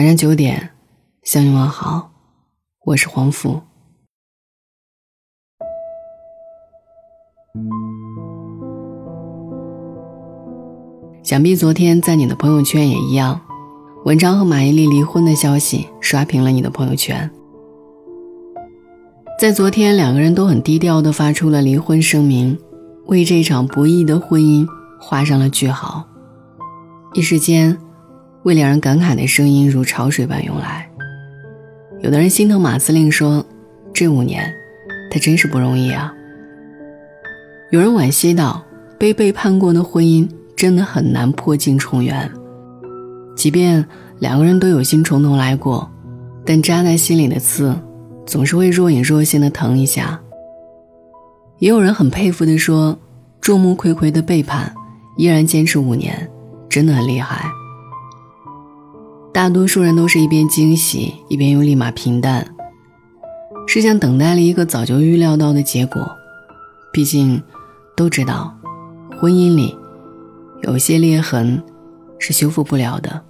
晚上9点向你问好，我是黄甫。想必昨天在你的朋友圈也一样，文章和马伊琍离婚的消息刷屏了你的朋友圈。在昨天，两个人都很低调地发出了离婚声明，为这场不易的婚姻画上了句号。一时间，为两人感慨的声音如潮水般涌来。有的人心疼马司令说，这5年他真是不容易啊。有人惋惜道，被背叛过的婚姻真的很难破镜重圆。即便两个人都有心从头来过，但扎在心里的刺总是会若隐若现的疼一下。也有人很佩服地说，众目睽睽的背叛依然坚持5年，真的很厉害。大多数人都是一边惊喜一边又立马平淡，是像等待了一个早就预料到的结果。毕竟都知道婚姻里有些裂痕是修复不了的。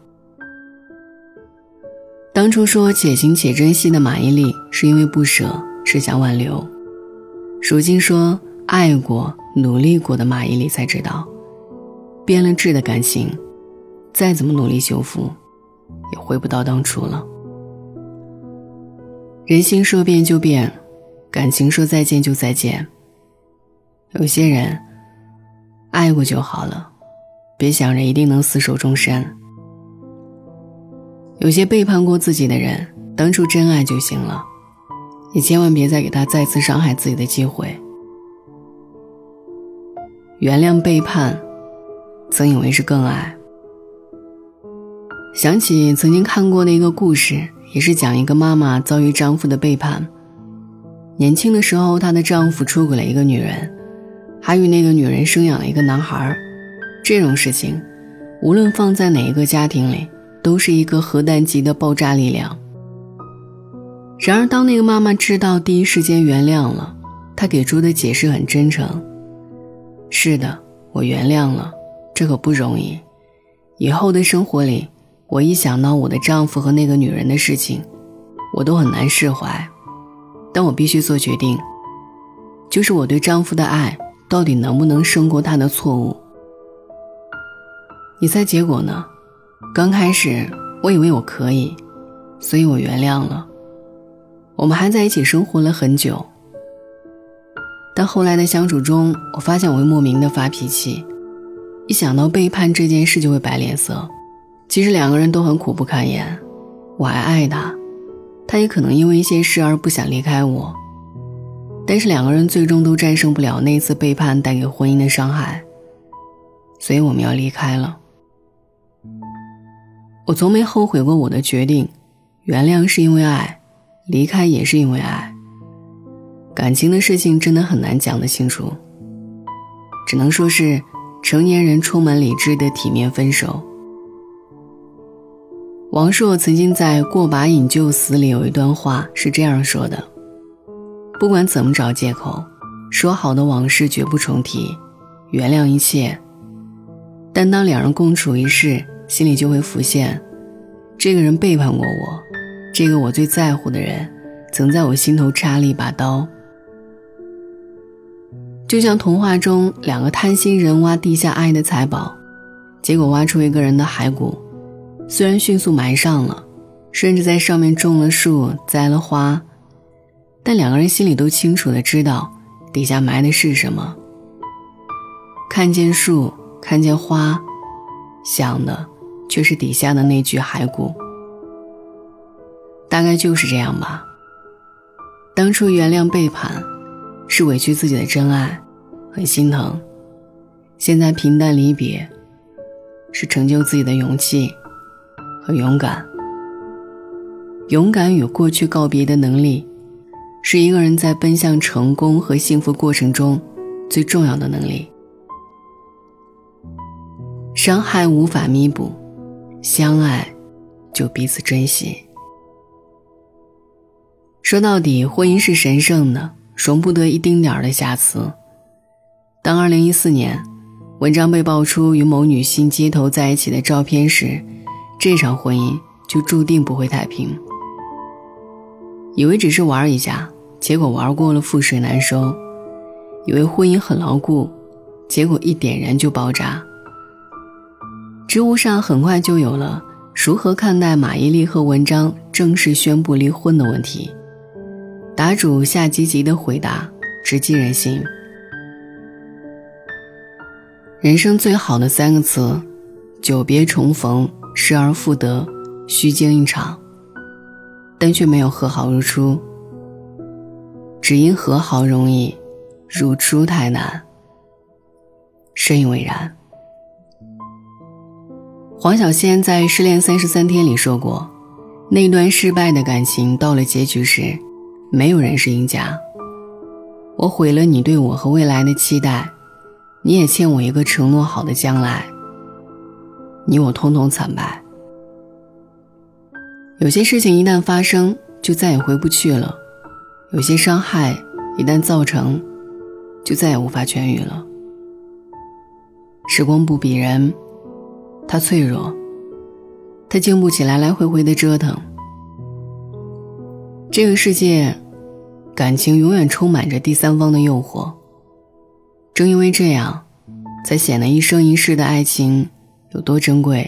当初说且行且珍惜的马伊琍是因为不舍，是想挽留。如今说爱过努力过的马伊琍才知道，变了质的感情再怎么努力修复也回不到当初了。人心说变就变，感情说再见就再见。有些人爱过就好了，别想着一定能厮守终身。有些背叛过自己的人，当初真爱就行了，你千万别再给他再次伤害自己的机会。原谅背叛，曾以为是更爱。想起曾经看过的一个故事，也是讲一个妈妈遭遇丈夫的背叛。年轻的时候，她的丈夫出轨了一个女人，还与那个女人生养了一个男孩。这种事情无论放在哪一个家庭里，都是一个核弹级的爆炸力量。然而当那个妈妈知道，第一时间原谅了，她给出的解释很真诚。是的，我原谅了，这可不容易。以后的生活里，我一想到我的丈夫和那个女人的事情，我都很难释怀。但我必须做决定，就是我对丈夫的爱到底能不能胜过他的错误。你猜结果呢？刚开始我以为我可以，所以我原谅了。我们还在一起生活了很久，但后来的相处中，我发现我会莫名的发脾气，一想到背叛这件事就会摆脸色。其实两个人都很苦不堪言，我还爱他，他也可能因为一些事而不想离开我，但是两个人最终都战胜不了那次背叛带给婚姻的伤害，所以我们要离开了。我从没后悔过我的决定，原谅是因为爱，离开也是因为爱。感情的事情真的很难讲得清楚，只能说是成年人充满理智的体面分手。王朔曾经在《过把瘾就死》里有一段话是这样说的：不管怎么找借口，说好的往事绝不重提，原谅一切。但当两人共处一室，心里就会浮现，这个人背叛过我，这个我最在乎的人曾在我心头插了一把刀。就像童话中两个贪心人挖地下爱的财宝，结果挖出一个人的骸骨，虽然迅速埋上了，甚至在上面种了树栽了花，但两个人心里都清楚地知道底下埋的是什么。看见树看见花，想的却是底下的那具骸骨。大概就是这样吧，当初原谅背叛是委屈自己的真爱，很心疼。现在平淡离别是成就自己的勇气和勇敢。勇敢与过去告别的能力，是一个人在奔向成功和幸福过程中最重要的能力。伤害无法弥补，相爱就彼此珍惜。说到底，婚姻是神圣的，容不得一丁点儿的瑕疵。当2014年文章被爆出与某女星街头在一起的照片时，这场婚姻就注定不会太平。以为只是玩一下，结果玩过了覆水难收；以为婚姻很牢固，结果一点燃就爆炸。知乎上很快就有了如何看待马伊琍和文章正式宣布离婚的问题，答主下积极的回答，直击人心。人生最好的3个词，久别重逢，失而复得，虚惊一场，但却没有和好如初。只因和好容易，如初太难。深以为然。黄小仙在《失恋33天》里说过，那段失败的感情到了结局时，没有人是赢家。我毁了你对我和未来的期待，你也欠我一个承诺好的将来，你我通通惨败。有些事情一旦发生，就再也回不去了；有些伤害一旦造成，就再也无法痊愈了。时光不比人，它脆弱，它经不起来回回的折腾。这个世界，感情永远充满着第三方的诱惑，正因为这样，才显得一生一世的爱情有多珍贵。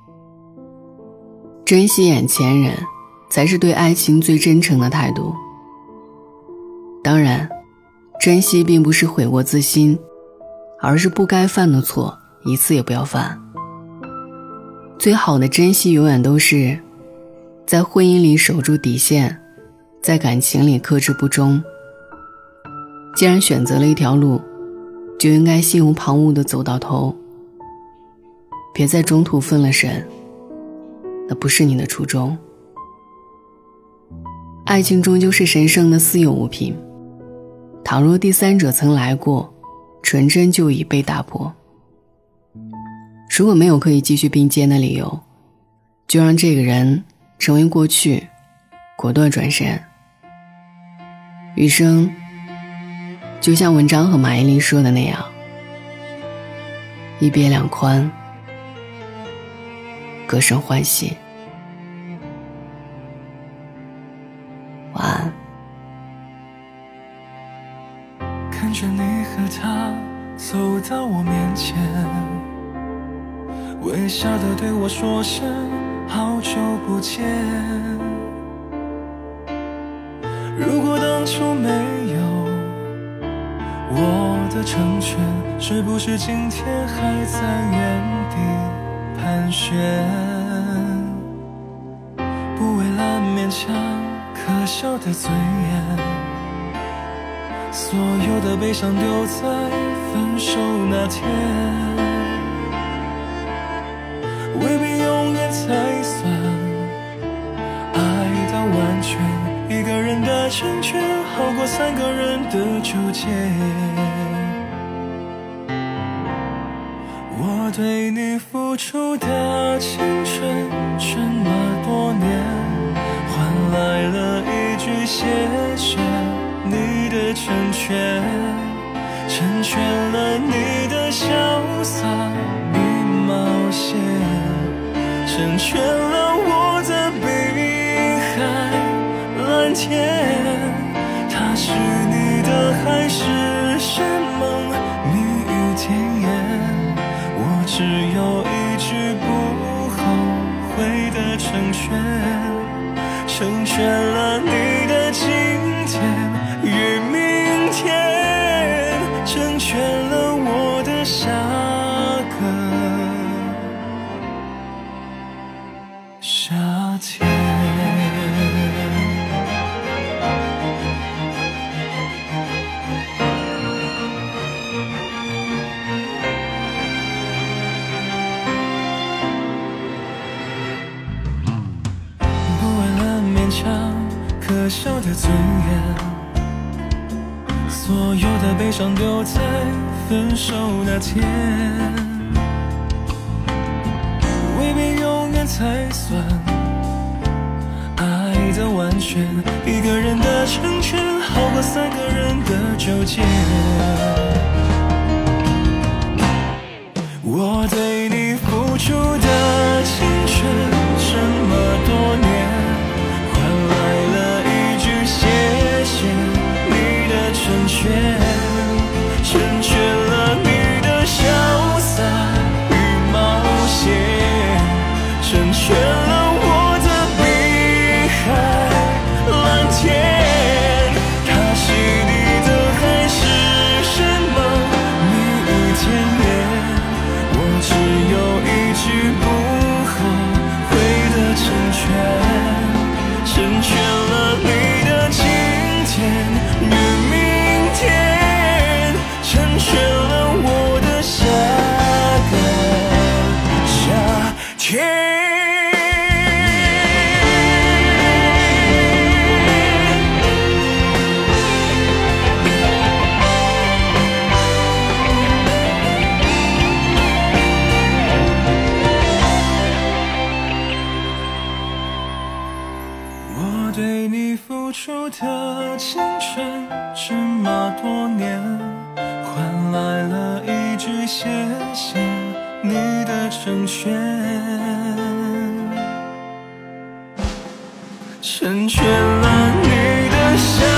珍惜眼前人，才是对爱情最真诚的态度。当然，珍惜并不是悔过自新，而是不该犯的错一次也不要犯。最好的珍惜永远都是在婚姻里守住底线，在感情里克制不忠。既然选择了一条路，就应该心无旁骛地走到头，别在中途分了神，那不是你的初衷。爱情终究是神圣的私有物品，倘若第三者曾来过，纯真就已被打破。如果没有可以继续并肩的理由，就让这个人成为过去，果断转身。余生就像文章和马伊琍说的那样，一别两宽，各生欢喜。晚安。 看着你和他走到我面前，微笑地对我说声好久不见。如果当初没有我的成全，是不是今天还在原地盘旋？不为了勉强可笑的嘴脸，所有的悲伤丢在分手那天。未必永远才算爱到完全，一个人的成全好过3个人的纠结。我对你付出的青春这么多年，换来了一句谢谢你的成全，成全了你的潇洒与冒险，成全了我的碧海蓝天。它是你的还是什么蜜语甜言，我只有一句不后悔的成全，成全了你的今天与明天，成全了我的下个夏天。不为了勉强可笑的尊严，所有的悲伤丢在分手那天。未必永远才算爱的完全，一个人的成全好过3个人的纠结。我对你付出的青春这么多我对你付出的青春这么多年，换来了一句谢谢你的成全，成全了你的笑